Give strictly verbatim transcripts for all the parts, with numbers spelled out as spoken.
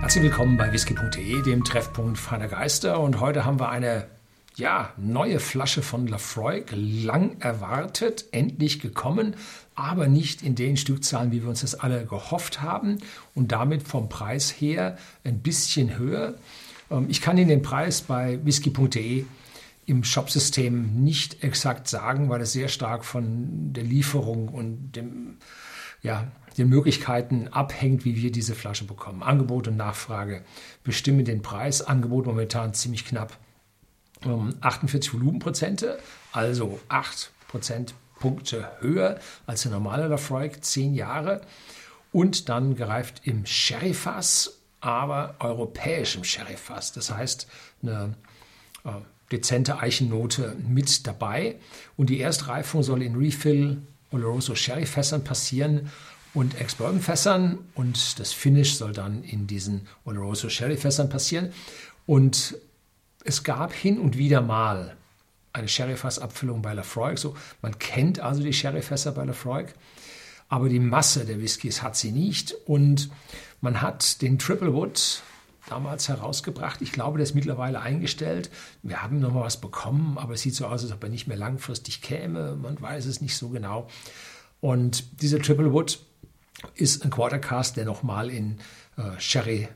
Herzlich willkommen bei whisky punkt de, dem Treffpunkt feiner Geister. Und heute haben wir eine ja, neue Flasche von Laphroaig, lang erwartet, endlich gekommen, aber nicht in den Stückzahlen, wie wir uns das alle gehofft haben und damit vom Preis her ein bisschen höher. Ich kann Ihnen den Preis bei whisky punkt de im Shopsystem nicht exakt sagen, weil es sehr stark von der Lieferung und dem, ja, den Möglichkeiten abhängt, wie wir diese Flasche bekommen. Angebot und Nachfrage bestimmen den Preis. Angebot momentan ziemlich knapp achtundvierzig Volumenprozente, also acht Prozentpunkte höher als der normale Laphroaig, zehn Jahre. Und dann gereift im Sherryfass, aber europäischem Sherryfass. Das heißt, eine äh, dezente Eichennote mit dabei. Und die Erstreifung soll in Refill Oloroso Sherryfässern passieren und Ex-Bourbon-Fässern. Und das Finish soll dann in diesen Oloroso Sherryfässern passieren. Und es gab hin und wieder mal eine Sherryfass-Abfüllung bei Laphroaig. So, man kennt also die Sherryfässer bei Laphroaig, aber die Masse der Whiskys hat sie nicht. Und man hat den Triple Wood damals herausgebracht. Ich glaube, der ist mittlerweile eingestellt. Wir haben noch mal was bekommen, aber es sieht so aus, als ob er nicht mehr langfristig käme. Man weiß es nicht so genau. Und dieser Triple Wood ist ein Quarter Cask, der noch mal in äh, Sherry-Eiche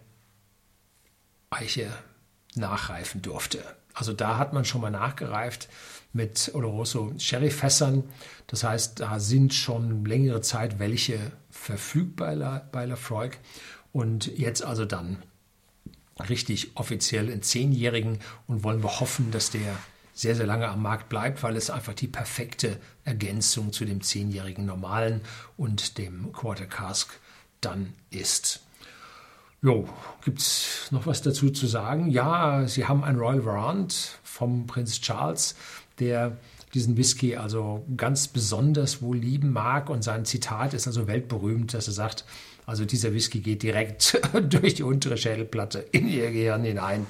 nachreifen durfte. Also da hat man schon mal nachgereift mit Oloroso Sherryfässern. Das heißt, da sind schon längere Zeit welche verfügbar bei Laphroaig. Und jetzt also dann richtig offiziell in zehnjährigen und wollen wir hoffen, dass der sehr, sehr lange am Markt bleibt, weil es einfach die perfekte Ergänzung zu dem zehnjährigen normalen und dem Quarter Cask dann ist. Jo, gibt es noch was dazu zu sagen? Ja, sie haben ein Royal Warrant vom Prinz Charles, der diesen Whisky also ganz besonders wohl lieben mag, und sein Zitat ist also weltberühmt, dass er sagt, also dieser Whisky geht direkt durch die untere Schädelplatte in ihr Gehirn hinein.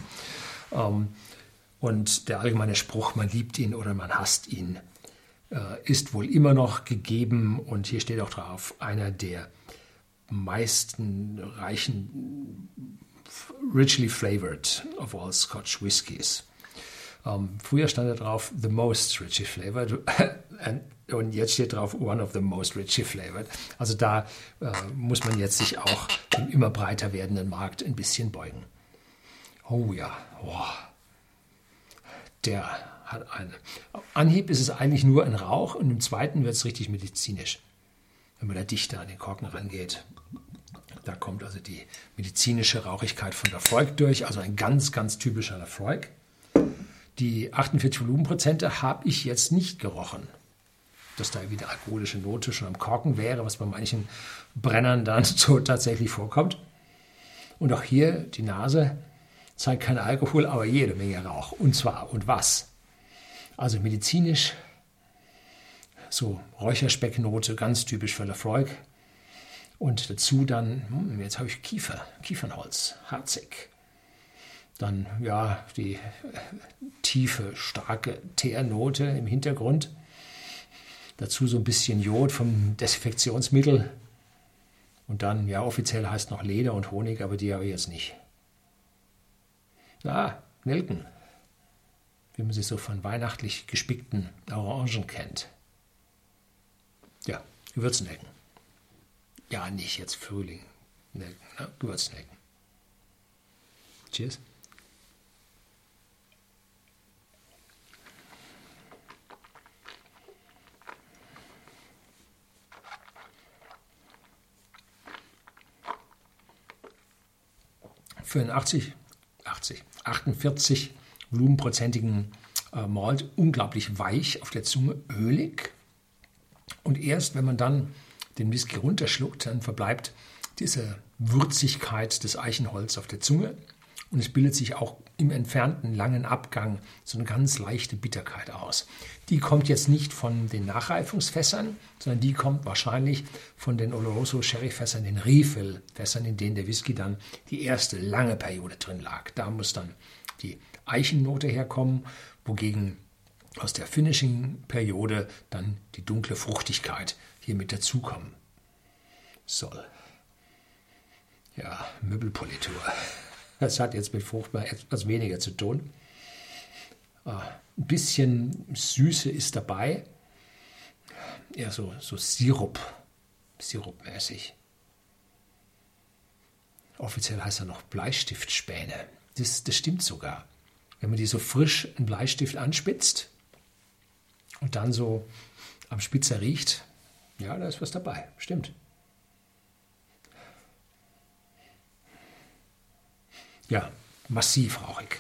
Und der allgemeine Spruch, man liebt ihn oder man hasst ihn, ist wohl immer noch gegeben, und hier steht auch drauf, einer der meisten reichen, richly flavored of all Scotch Whiskies. Um, früher stand da drauf, the most richly flavored, und jetzt steht drauf, one of the most richly flavored. Also da äh, muss man jetzt sich auch im immer breiter werdenden Markt ein bisschen beugen. Oh ja, oh. Der hat eine. Auf Anhieb ist es eigentlich nur ein Rauch, und im zweiten wird es richtig medizinisch. Wenn man da dichter an den Korken rangeht, da kommt also die medizinische Rauchigkeit von Laphroaig durch, also ein ganz, ganz typischer Laphroaig. Die achtundvierzig Volumenprozente habe ich jetzt nicht gerochen, dass da wieder alkoholische Note schon am Korken wäre, was bei manchen Brennern dann so tatsächlich vorkommt. Und auch hier die Nase zeigt kein Alkohol, aber jede Menge Rauch. Und zwar, und was? Also medizinisch, so Räucherspecknote, ganz typisch für Laphroaig. Und dazu dann, hm, jetzt habe ich Kiefer, Kiefernholz, harzig. Dann ja die tiefe, starke Teernote im Hintergrund. Dazu so ein bisschen Jod vom Desinfektionsmittel. Und dann, ja, offiziell heißt noch Leder und Honig, aber die habe ich jetzt nicht. Ah, Nelken. Wie man sie so von weihnachtlich gespickten Orangen kennt. Ja, Gewürznelken. Ja, nicht jetzt Frühling. Nelken, ne? Gewürznelken. Cheers. Für einen achtzig, achtzig, achtundvierzig volumenprozentigen äh, Malt unglaublich weich auf der Zunge, ölig. Und erst wenn man dann den Whisky runterschluckt, dann verbleibt diese Würzigkeit des Eichenholz auf der Zunge. Und es bildet sich auch im entfernten langen Abgang so eine ganz leichte Bitterkeit aus. Die kommt jetzt nicht von den Nachreifungsfässern, sondern die kommt wahrscheinlich von den Oloroso Sherryfässern, den Refill-Fässern, in denen der Whisky dann die erste lange Periode drin lag. Da muss dann die Eichennote herkommen, wogegen aus der Finishing-Periode dann die dunkle Fruchtigkeit hier mit dazukommen soll. Ja, Möbelpolitur. Das hat jetzt mit Fruchtbar etwas weniger zu tun. Ein bisschen Süße ist dabei. Ja, so, so Sirup. Sirupmäßig. Offiziell heißt er noch Bleistiftspäne. Das, das stimmt sogar. Wenn man die so frisch einen Bleistift anspitzt und dann so am Spitzer riecht, ja, da ist was dabei. Stimmt. Ja, massiv rauchig.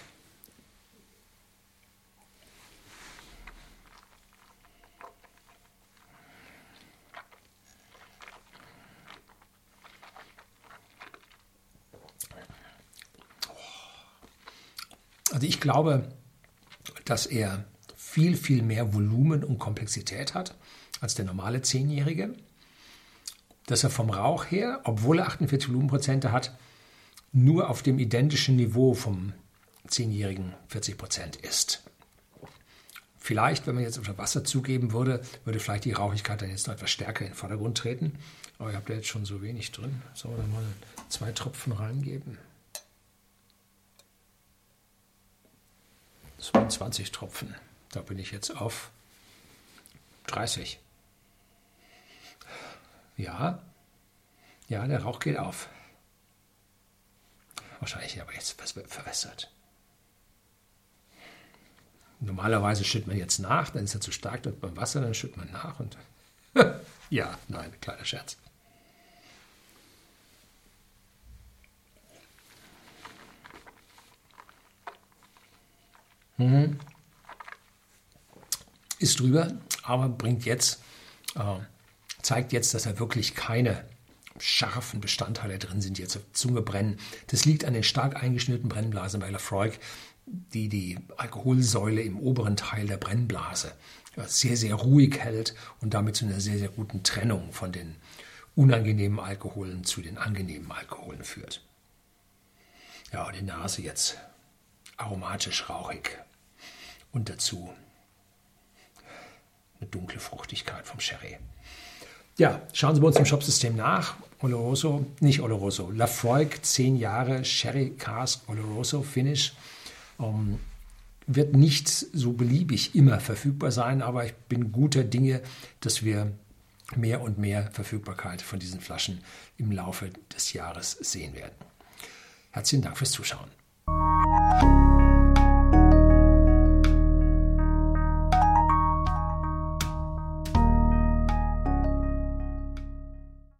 Also ich glaube, dass er viel, viel mehr Volumen und Komplexität hat als der normale Zehnjährige. Dass er vom Rauch her, obwohl er achtundvierzig Volumenprozente hat, nur auf dem identischen Niveau vom Zehnjährigen vierzig Prozent ist. Vielleicht, wenn man jetzt unter Wasser zugeben würde, würde vielleicht die Rauchigkeit dann jetzt noch etwas stärker in den Vordergrund treten. Aber ihr habt ja jetzt schon so wenig drin. Sollen wir da mal zwei Tropfen reingeben? zweiundzwanzig Tropfen. Da bin ich jetzt auf dreißig. Ja, ja, der Rauch geht auf. Wahrscheinlich aber jetzt verwässert. Normalerweise schüttet man jetzt nach, dann ist er zu stark dort beim Wasser, dann schüttet man nach und ja, nein, kleiner Scherz. Mhm. Ist drüber, aber bringt jetzt, äh, zeigt jetzt, dass da wirklich keine scharfen Bestandteile drin sind, die jetzt auf die Zunge brennen. Das liegt an den stark eingeschnürten Brennblasen bei Laphroaig, die die Alkoholsäule im oberen Teil der Brennblase sehr, sehr ruhig hält und damit zu einer sehr, sehr guten Trennung von den unangenehmen Alkoholen zu den angenehmen Alkoholen führt. Ja, und die Nase jetzt aromatisch rauchig und dazu eine dunkle Fruchtigkeit vom Sherry. Ja, schauen Sie bei uns im Shopsystem nach. Oloroso, nicht Oloroso, Laphroaig, zehn Jahre Sherry Cask Oloroso Finish. Ähm, wird nicht so beliebig immer verfügbar sein, aber ich bin guter Dinge, dass wir mehr und mehr Verfügbarkeit von diesen Flaschen im Laufe des Jahres sehen werden. Herzlichen Dank fürs Zuschauen.